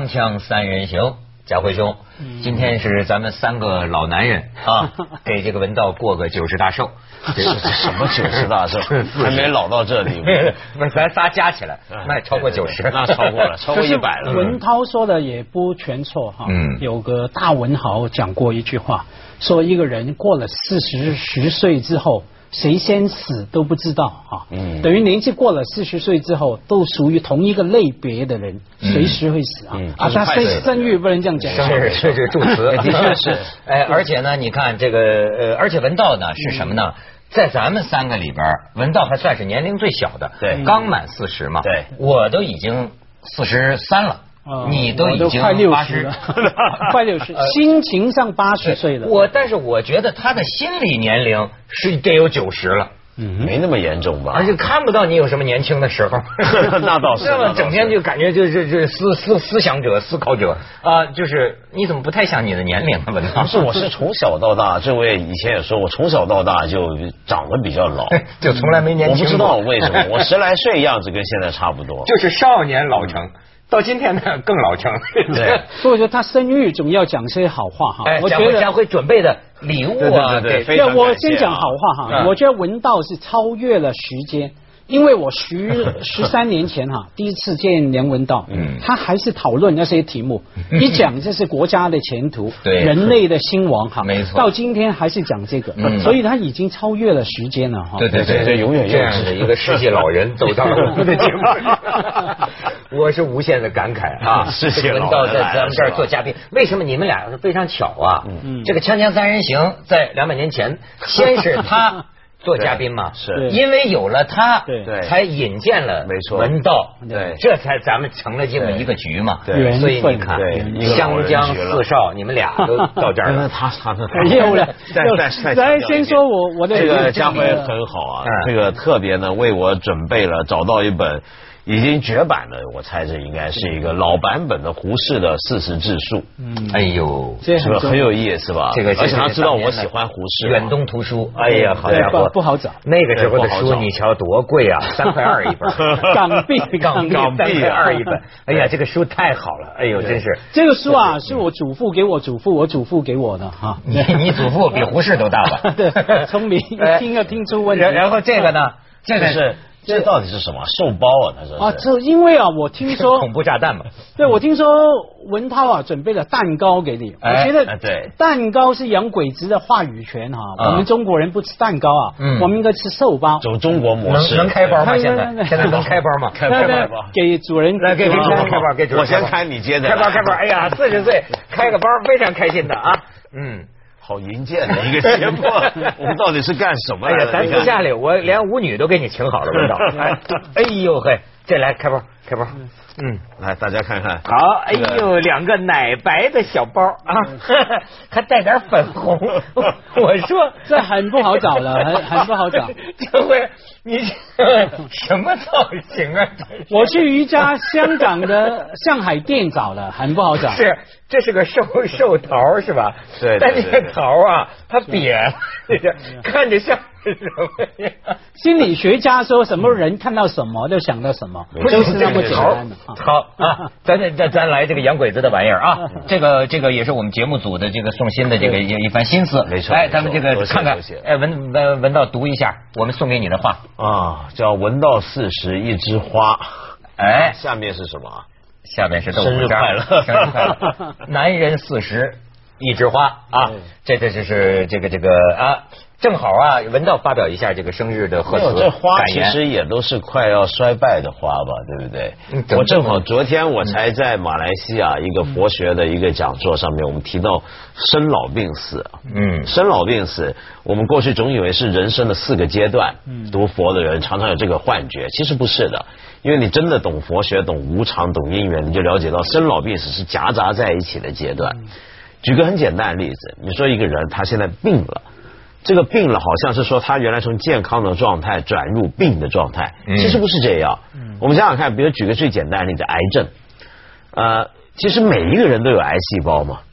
锵三人行，家辉兄，今天是咱们三个老男人啊，给这个文道过个90大寿。 这是什么90大寿？还没老到这里。 不是，咱仨加起来，那也超过90， 那超过了，超过100了。 文涛说的也不全错哈。有个大文豪讲过一句话，说一个人过了40岁之后，谁先死都不知道啊。等于年纪过了40岁之后，都属于同一个类别的人，随时会死啊。他生育不能这样讲。 是助词，的确是。哎，而且呢，你看这个而且文道呢是什么呢？在咱们三个里边，文道还算是年龄最小的， 对， 刚满40嘛。 对， 我都已经43了。你都已经快60了，快60，心情上80岁了。 但是我觉得他的心理年龄是得有90了。 没那么严重吧？ 而且看不到你有什么年轻的时候。 那倒是。 那么整天就感觉就是思想者、思考者啊，就是你怎么不太像你的年龄啊？文道， 不是，我是从小到大，这位以前也说，我从小到大就长得比较老， 就从来没年轻。 我不知道为什么，我10来岁样子跟现在差不多， 就是少年老成。到今天呢，更老成。 对， 所以说他生育总要讲些好话哈。 我觉得家辉准备的礼物啊， 对， 我先讲好话哈。我觉得文道是超越了时间，因为我13年前哈第一次见梁文道，他还是讨论那些题目，一讲这是国家的前途，人类的兴亡哈， 没错。 到今天还是讲这个，所以他已经超越了时间了哈。 对，永远这样的一个世纪老人走到了我们的节目。我是无限的感慨啊！文道在咱们这儿做嘉宾，为什么你们俩非常巧啊？这个《锵锵三人行》在200年前，先是他做嘉宾嘛， 是因为有了他，才引荐了文道， 对， 这才咱们成了这么一个局嘛。 对， 所以你看，湘江4少，你们俩都到这儿了。 他有了。咱先说我的这个家辉很好啊，这个特别呢为我准备了，找到一本。已经绝版了，我猜这应该是一个老版本的胡适的40志述。 哎呦， 是不是很有意思吧？ 这个， 而且他知道我喜欢胡适。 远东图书，哎呀，好家伙， 不好找。 那个时候的书，你瞧多贵啊，3块2一本， 港币 3块2一本。哎呀，这个书太好了，哎呦，真是。 这个书啊，是我祖父给我祖父，我祖父给我的哈。 你祖父比胡适都大吧？ 对，聪明，听出问题。 然后这个呢，这个是。 这到底是什么？寿包啊？他说这因为我听说恐怖炸弹嘛。 对，我听说文涛准备了蛋糕给你。我觉得对， 蛋糕是洋鬼子的话语权哈。我们中国人不吃蛋糕啊，我们应该吃寿包。 走中国模式。 能开包吗？现在能开包吗？ 开包。 给主人来，给主人开包，给主人。 我先开，你接着。 开包。哎呀，40岁开个包，非常开心的啊。 好银剑的一个节目，我们到底是干什么的？ 哎呀，咱私下里我连舞女都给你请好了，文道。哎呦嘿，这来开包。 来大家看看。 好，哎呦，2个奶白的小包啊，还带点粉红。我说这很不好找了，很不好找。 这回你什么造型啊？ 我去瑜伽香港的上海店找了，很不好找。 是，这是个寿桃是吧？ 对。 但这个桃啊，它扁，看着像是什么呀？ 心理学家说什么人看到什么就想到什么，都是那么简单的。 好啊，咱来这个洋鬼子的玩意儿啊，这个也是我们节目组的这个送心的这个一番心思。 没错。 哎，咱们这个看看，哎，文道读一下我们送给你的话啊，叫文道40一枝花。哎，下面是什么？ 下面是豆腐渣。 生日快乐， 生日快乐。男人40一枝花啊，这是这个啊。正好啊，文道发表一下这个生日的贺词。 这花其实也都是快要衰败的花吧，对不对？我正好昨天我才在马来西亚一个佛学的一个讲座上面，我们提到生老病死。生老病死，我们过去总以为是人生的4个阶段。读佛的人常常有这个幻觉，其实不是的。因为你真的懂佛学、懂无常、懂因缘，你就了解到生老病死是夹杂在一起的阶段。举个很简单的例子，你说一个人他现在病了。这个病了好像是说他原来从健康的状态转入病的状态，其实不是这样。我们想想看，比如举个最简单的例子，癌症。其实每一个人都有癌细胞嘛。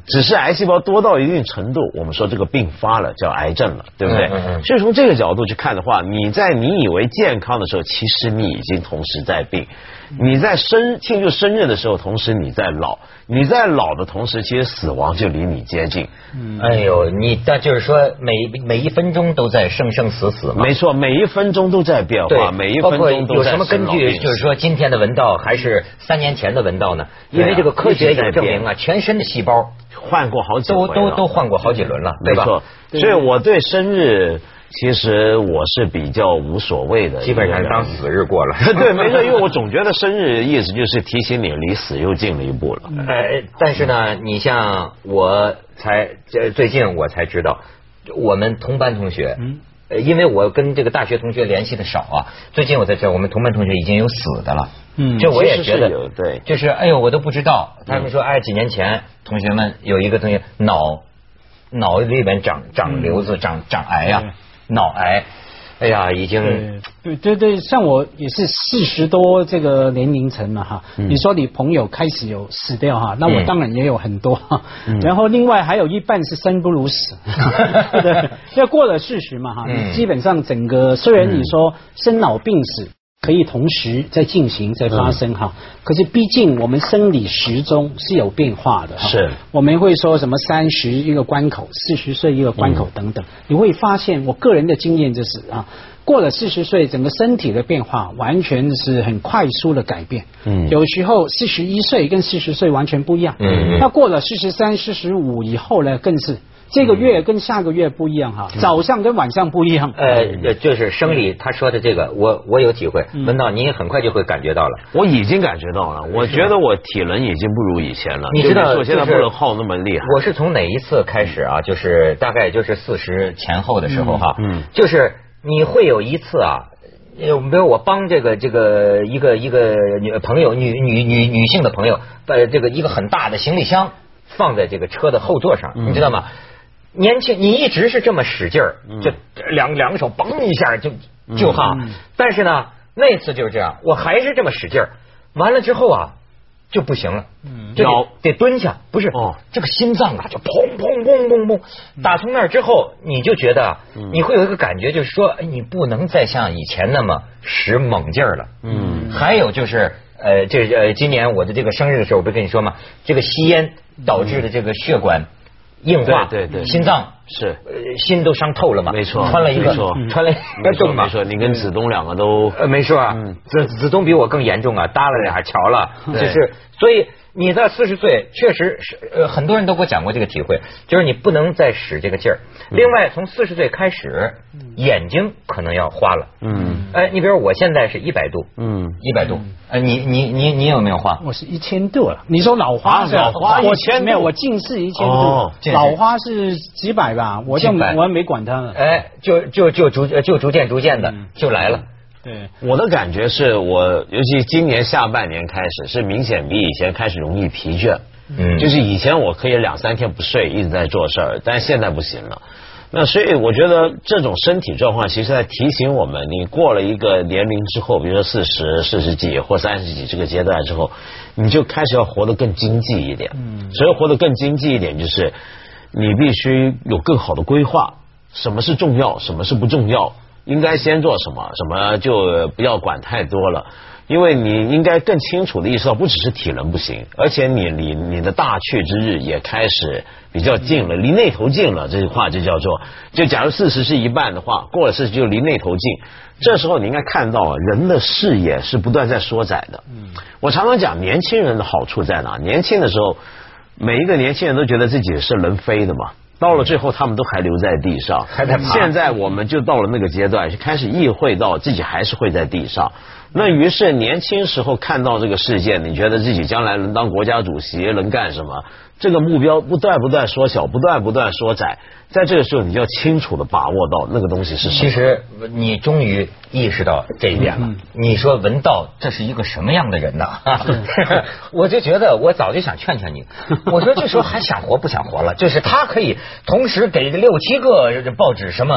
只是癌细胞多到一定程度，我们说这个病发了，叫癌症了，对不对？所以从这个角度去看的话，你在你以为健康的时候，其实你已经同时在病。你在庆祝生日的时候，同时你在老，你在老的同时，其实死亡就离你接近。 哎呦，那就是说每一分钟都在生生死死嘛。 没错，每一分钟都在变化，每一分钟都在生老病死。 有什么根据？就是说今天的文道还是3年前的文道呢？因为这个科学也证明啊，全身的细胞换过好几回了， 都换过好几轮了，对吧？ 没错，所以我对生日。其实我是比较无所谓的， 基本上当死日过了。 对，没错，因为我总觉得生日意思就是提醒你离死又近了一步了。 但是呢，你像最近我才知道，我们同班同学，因为我跟这个大学同学联系的少啊，最近我才知道我们同班同学已经有死的了。这我也觉得， 对， 就是哎呦，我都不知道。他们说，几年前同学们有一个同学脑里边长瘤子，长癌啊。脑癌，哎呀，已经对，像我也是40多这个年龄层了哈。你说你朋友开始有死掉哈，那我当然也有很多哈。然后另外还有一半是生不如死，对，要过了40嘛哈，基本上整个虽然你说生老病死可以同时在进行在发生哈，可是毕竟我们生理时钟是有变化的哈。 是， 我们会说什么30一个关口，40岁一个关口等等。你会发现，我个人的经验就是过了40岁，整个身体的变化完全是很快速的改变。有时候41岁跟40岁完全不一样。那过了43、45以后呢，更是。这个月跟下个月不一样哈，早上跟晚上不一样。 就是生理他说的这个，我有体会。文道，你很快就会感觉到了。 我已经感觉到了，我觉得我体能已经不如以前了。 你知道， 我现在不能耗那么厉害。 我是从哪一次开始啊？就是大概就是40前后的时候哈。就是你会有一次啊。比如我帮这个一个女朋友女性的朋友，这个一个很大的行李箱放在这个车的后座上，你知道吗？年轻，你一直是这么使劲儿，就两个手嘣一下就哈。但是呢，那次就是这样，我还是这么使劲儿，完了之后啊就不行了，就得蹲下，不是这个心脏啊就砰砰砰砰砰，打从那儿之后，你就觉得你会有一个感觉，就是说，你不能再像以前那么使猛劲儿了。还有就是今年我的这个生日的时候，我不是跟你说吗？这个吸烟导致的这个血管硬化， 对， 心脏是心都伤透了嘛， 没错， 穿了一个洞嘛， 没错，你跟子东两个都没错啊，子东比我更严重啊，耷了俩瞧了，就是所以。你在40岁确实是很多人都给我讲过这个体会，就是你不能再使这个劲儿。另外，从40岁开始，眼睛可能要花了。你比如我现在是100度，100度。你有没有花？ 我是1000度了。你说老花是老花1000度， 没有，我近视1000度，老花是几百吧，我没管它了。 就逐渐的就来了。 对， 我的感觉是尤其今年下半年开始，是明显比以前开始容易疲倦。就是以前我可以2、3天不睡，一直在做事儿，但是现在不行了。那所以我觉得这种身体状况，其实在提醒我们，你过了一个年龄之后，比如说40几或30几这个阶段之后，你就开始要活得更经济一点。所以活得更经济一点，就是你必须有更好的规划，什么是重要，什么是不重要。应该先做什么，什么就不要管太多了，因为你应该更清楚的意识到，不只是体能不行，而且你的大去之日也开始比较近了，离那头近了。这句话就叫做，就假如40是一半的话，过了40就离那头近。这时候你应该看到人的视野是不断在缩窄的。我常常讲年轻人的好处在哪？年轻的时候，每一个年轻人都觉得自己是能飞的嘛。到了最后，他们都还留在地上。现在我们就到了那个阶段，就开始意会到自己还是会在地上。那于是年轻时候看到这个世界，你觉得自己将来能当国家主席，能干什么？这个目标不断缩小，不断缩窄。在这个时候，你就要清楚的把握到那个东西是什么。 其实你终于意识到这一点了。你说文道这是一个什么样的人呢？我就觉得我早就想劝你。我说这时候还想活不想活了？就是他可以同时给6、7个报纸什么。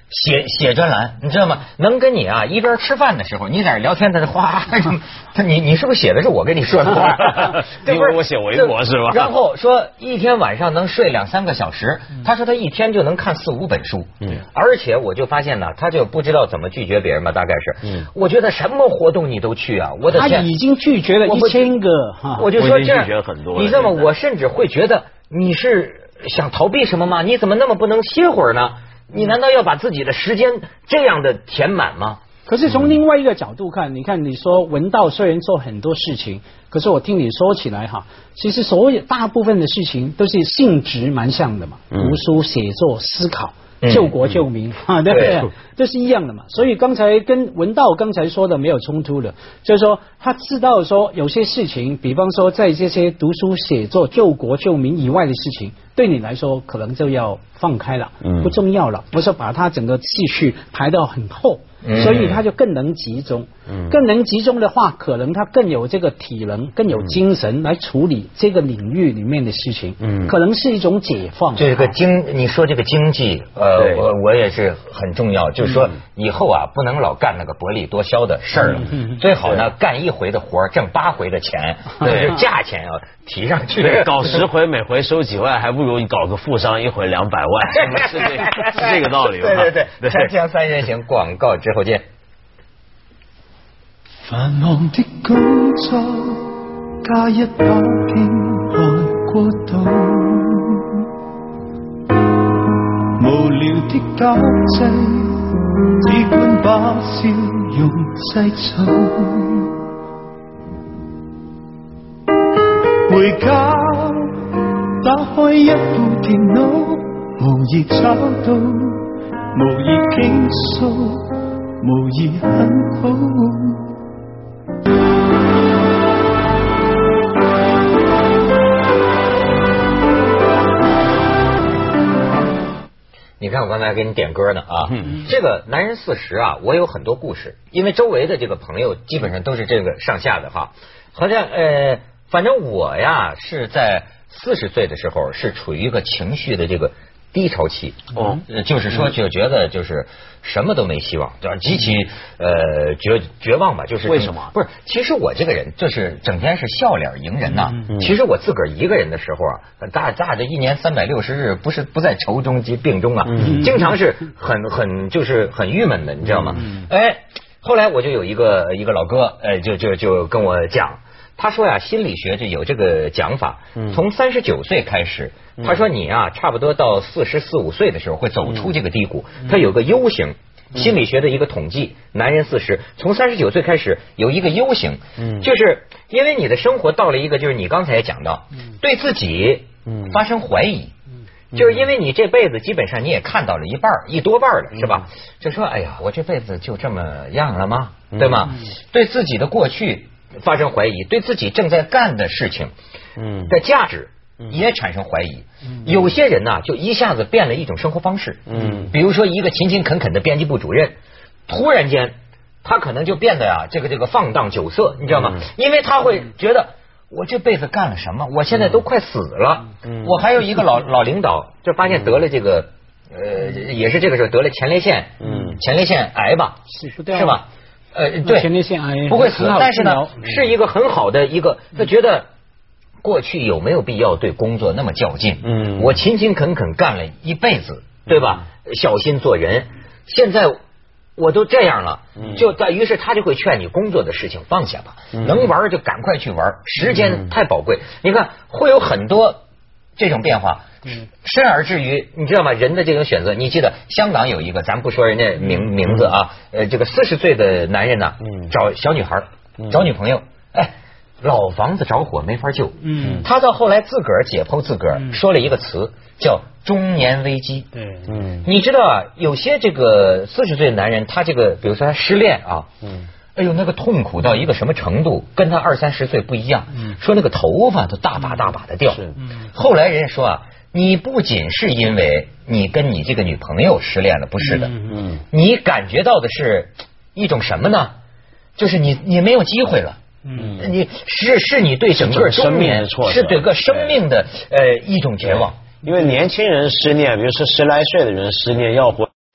写专栏，你知道吗？能跟你啊一边吃饭的时候，你在这聊天，在这哗，你是不是写的是我跟你说的话？ 因为我写微博是吧？ 然后说一天晚上能睡2-3个小时，他说他一天就能看4-5本书，而且我就发现呢，他就不知道怎么拒绝别人吧，大概是，我觉得什么活动你都去啊，我的天， 他已经拒绝了1000个， 我就说这样， 你知道吗？我甚至会觉得你是想逃避什么吗？你怎么那么不能歇会儿呢？你难道要把自己的时间这样的填满吗？ 可是从另外一个角度看，你看你说文道虽然做很多事情，可是我听你说起来哈，其实所有大部分的事情都是性质蛮像的嘛，读书、写作、思考。救国救民啊，对不对？这是一样的嘛。所以刚才跟文道刚才说的没有冲突的，就是说他知道说有些事情，比方说在这些读书写作、救国救民以外的事情，对你来说可能就要放开了，不重要了，不是把它整个次序排到很后。所以他就更能集中，更能集中的话，可能他更有这个体能，更有精神来处理这个领域里面的事情，可能是一种解放。 这个你说这个经济，我也是很重要，就是说以后啊，不能老干那个薄利多销的事儿了，最好呢干1回的活挣8回的钱，对，价钱要提上去。 搞10回，每回收几万，还不如你搞个富商，1回200万，是这个道理吧？ 对，锵锵3人行广告之后见。 繁忙的工作加一把片來過渡，無聊的交際只管把笑容製造，回家打開一部電腦，無疑找到，無疑傾訴，無疑很好。 你看我刚才给你点歌呢啊，这个男人40啊，我有很多故事，因为周围的这个朋友基本上都是这个上下的哈，好像反正我呀是在40岁的时候是处于一个情绪的这个低潮期，就是说就觉得就是什么都没希望，就是极其绝望吧，就是为什么？ 不是，其实我这个人就是整天是笑脸迎人呐。其实我自个儿一个人的时候啊，大这1年360日不在愁中及病中啊，经常是就是很郁闷的，你知道吗？后来我就有一个老哥，就跟我讲。他说呀，心理学就有这个讲法，从39岁开始，他说你啊，差不多到44、45岁的时候会走出这个低谷，他有个 U 型，心理学的一个统计，男人40，从39岁开始有一个 U 型，就是因为你的生活到了一个，就是你刚才也讲到，对自己发生怀疑，就是因为你这辈子基本上你也看到了一多半了，是吧？就说哎呀，我这辈子就这么样了吗？对吗？对自己的过去发生怀疑，对自己正在干的事情的价值也产生怀疑。有些人呢，就一下子变了一种生活方式。比如说一个勤勤恳恳的编辑部主任，突然间他可能就变得呀，这个放荡酒色，你知道吗？因为他会觉得我这辈子干了什么？我现在都快死了。我还有一个老领导，就发现得了这个也是这个时候得了前列腺癌吧，是吧？对， 前列腺癌不会死，但是呢，是一个很好的一个，他觉得过去有没有必要对工作那么较劲？我勤勤恳恳干了一辈子，对吧？小心做人，现在我都这样了，于是他就会劝你工作的事情放下吧，能玩就赶快去玩，时间太宝贵。你看会有很多这种变化。甚而至于你知道吗？人的这种选择，你记得香港有一个，咱不说人家名字啊，这个40岁的男人呢，找小女孩，找女朋友，老房子着火没法救，他到后来自个儿解剖自个儿，说了一个词叫中年危机。你知道啊，有些这个40岁的男人，他这个比如说他失恋啊，哎呦那个痛苦到一个什么程度，跟他20、30岁不一样，说那个头发都大把的掉。后来人家说啊，你不仅是因为你跟你这个女朋友失恋了，不是的，你感觉到的是一种什么呢？就是你没有机会了，你是你对整个中年是对个生命的一种绝望。 因为年轻人失恋，比如说10来岁的人失恋，要活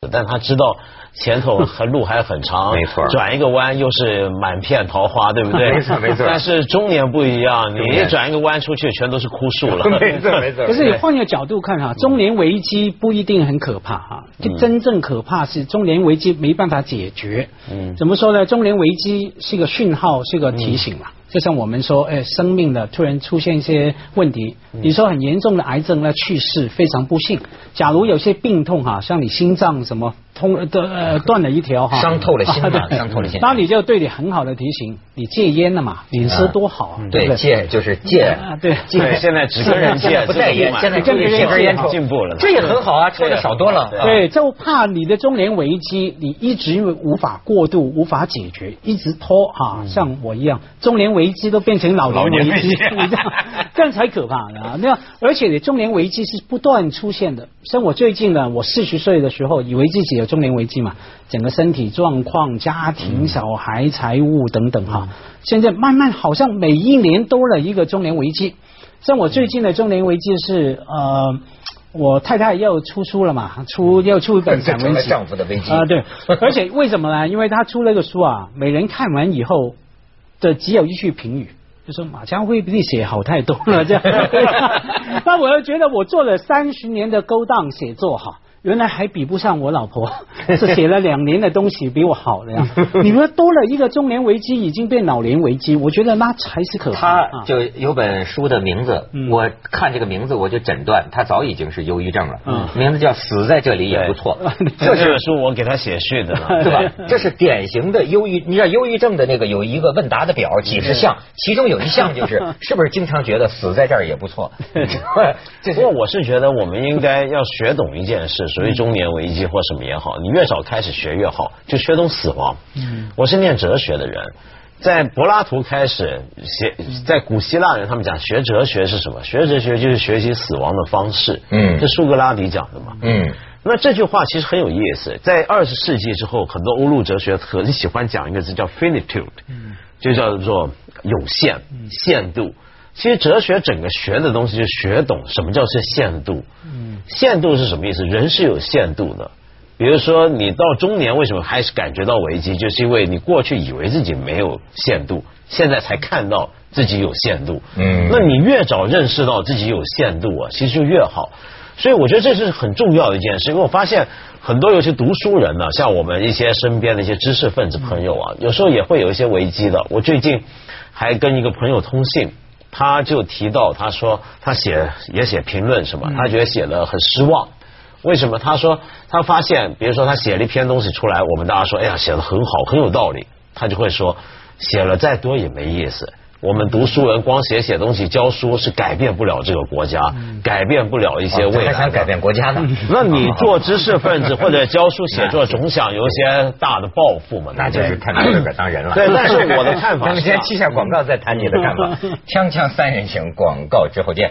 但他知道前头路还很长， 没错， 转一个弯又是满片桃花，对不对？ 没错没错。 但是中年不一样，你一转一个弯出去，全都是枯树了。 没错没错。 可是你换一个角度看哈，中年危机不一定很可怕哈，真正可怕是中年危机没办法解决。怎么说呢？中年危机是一个讯号，是一个提醒嘛。就像我们说，生命的突然出现一些问题，你说很严重的癌症去世，非常不幸。假如有些病痛哈，像你心脏什么断了一条哈， 伤透了心嘛，伤透了心。 那你就对你很好的提醒，你戒烟了嘛，饮食多好啊。 对，戒就是戒， 对， 现在只跟人戒， 不带烟，现在跟人戒根烟抽进步了， 这也很好啊，抽的少多了。 对，就怕你的中年危机，你一直无法过渡，无法解决，一直拖啊，像我一样，中年危机都变成老年危机，这样才可怕啊！那而且你中年危机是不断出现的，像我最近呢，我40岁的时候，以为自己有中年危机嘛，整个身体状况、家庭、小孩、财务等等哈，现在慢慢好像每一年多了一个中年危机。像我最近的中年危机是我太太要出书了嘛，要出一本散文集， 丈夫的危机对，而且为什么呢？因为他出了个书啊，每人看完以后的只有一句评语，就说马家辉比你写好太多了这样。那我又觉得我做了30年的勾当写作哈，原来还比不上我老婆，是写了2年的东西比我好的呀。你们多了一个中年危机，已经变老年危机，我觉得那才是可怕。 他就有本书的名字，我看这个名字我就诊断他早已经是忧郁症了。名字叫《死在这里也不错》， 这本书我给他写序的呢， 对吧？这是典型的忧郁。你知道忧郁症的那个有一个问答的表，几十项，其中有一项就是是不是经常觉得死在这儿也不错。 不过我是觉得我们应该要学懂一件事。所谓中年危机或什么也好，你越早开始学越好，就学懂死亡。我是念哲学的人，在柏拉图开始在古希腊人他们讲学哲学是什么？学哲学就是学习死亡的方式。这苏格拉底讲的嘛。那这句话其实很有意思，在20世纪之后，很多欧陆哲学很喜欢讲一个字叫 finitude，就叫做有限、限度。其实哲学整个学的东西就学懂什么叫是限度。限度是什么意思？人是有限度的。比如说你到中年为什么还是感觉到危机，就是因为你过去以为自己没有限度，现在才看到自己有限度。那你越早认识到自己有限度啊，其实就越好。所以我觉得这是很重要的一件事，因为我发现很多尤其读书人呢，像我们一些身边的一些知识分子朋友啊，有时候也会有一些危机的。我最近还跟一个朋友通信，他就提到，他说他也写评论什么，他觉得写得很失望。为什么？他说他发现，比如说他写了一篇东西出来，我们大家说，哎呀，写得很好，很有道理。他就会说，写了再多也没意思。我们读书人光写东西教书是改变不了这个国家，改变不了一些未来。 还想改变国家呢？ 那你做知识分子或者教书写作，总想有一些大的抱负嘛？ 那就是太拿自个儿当人了。 对，但是我的看法是， 先去下广告再谈你的看法。锵锵三人行，广告之后见。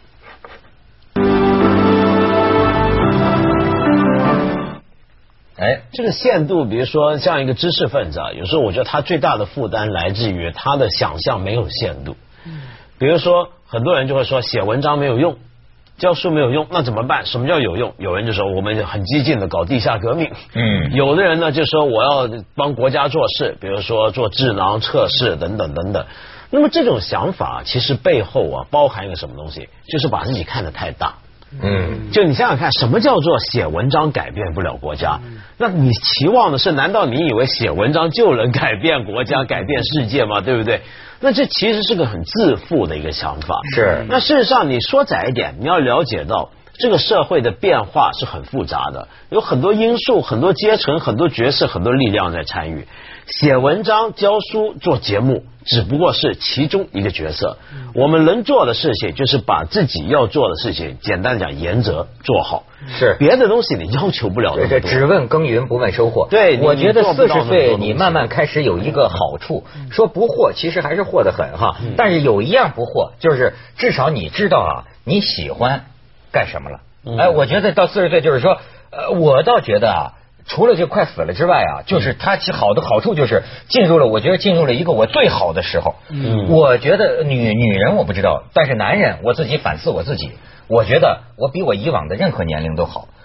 这个限度，比如说像一个知识分子啊，有时候我觉得他最大的负担来自于他的想象没有限度。比如说很多人就会说写文章没有用，教书没有用，那怎么办？什么叫有用？有人就说我们很激进的搞地下革命。有的人呢就说我要帮国家做事，比如说做智囊测试等等等等。那么这种想法其实背后啊包含一个什么东西？就是把自己看得太大。就你想想看，什么叫做写文章改变不了国家？那你期望的是，难道你以为写文章就能改变国家、改变世界吗？对不对？那这其实是个很自负的一个想法。 是。 那事实上，你说窄一点，你要了解到这个社会的变化是很复杂的，有很多因素、很多阶层、很多角色、很多力量在参与。写文章、教书、做节目，只不过是其中一个角色。我们能做的事情就是把自己要做的事情，简单讲原则做好。 是， 别的东西你要求不了那么多。 只问耕耘不问收获。 对， 我觉得40岁你慢慢开始有一个好处，说不惑其实还是惑得很哈。但是有一样不惑，就是至少你知道啊，你喜欢干什么了。我觉得到40岁就是说，我倒觉得啊。除了就快死了之外啊，就是它好的好处就是我觉得进入了一个我最好的时候。我觉得女人我不知道，但是男人我自己反思我自己，我觉得我比我以往的任何年龄都好。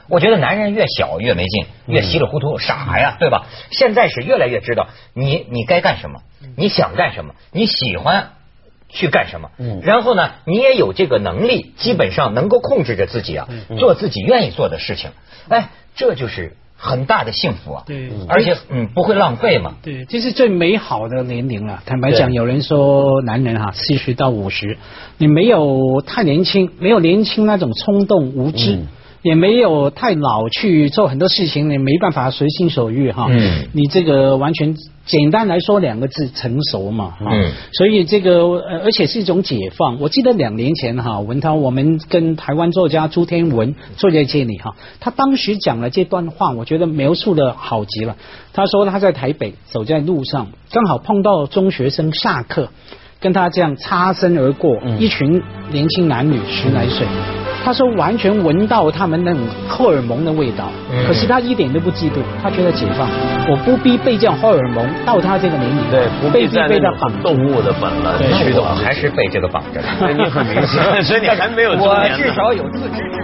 我觉得男人越小越没劲，越稀里糊涂傻呀，对吧？现在是越来越知道你该干什么，你想干什么，你喜欢去干什么，然后呢，你也有这个能力，基本上能够控制着自己啊，做自己愿意做的事情。哎，这就是很大的幸福啊！对，而且不会浪费嘛。 对，这是最美好的年龄了。坦白讲，有人说男人哈，40到50，你没有太年轻，没有年轻那种冲动无知。也没有太老去做很多事情，你没办法随心所欲哈。你这个完全简单来说2个字，成熟嘛。所以这个而且是一种解放。我记得2年前哈，文涛我们跟台湾作家朱天文坐在这里哈，他当时讲了这段话，我觉得描述的好极了。他说他在台北走在路上，刚好碰到中学生下课，跟他这样擦身而过，一群年轻男女10来岁。他说完全闻到他们那种荷尔蒙的味道，可是他一点都不嫉妒，他觉得解放，我不必被这样荷尔蒙到他这个年龄， 对，不必再被他绑动物的本了， 驱动，还是被这个绑着。 你很明显，所以你还没有中年， 我至少有自知之明。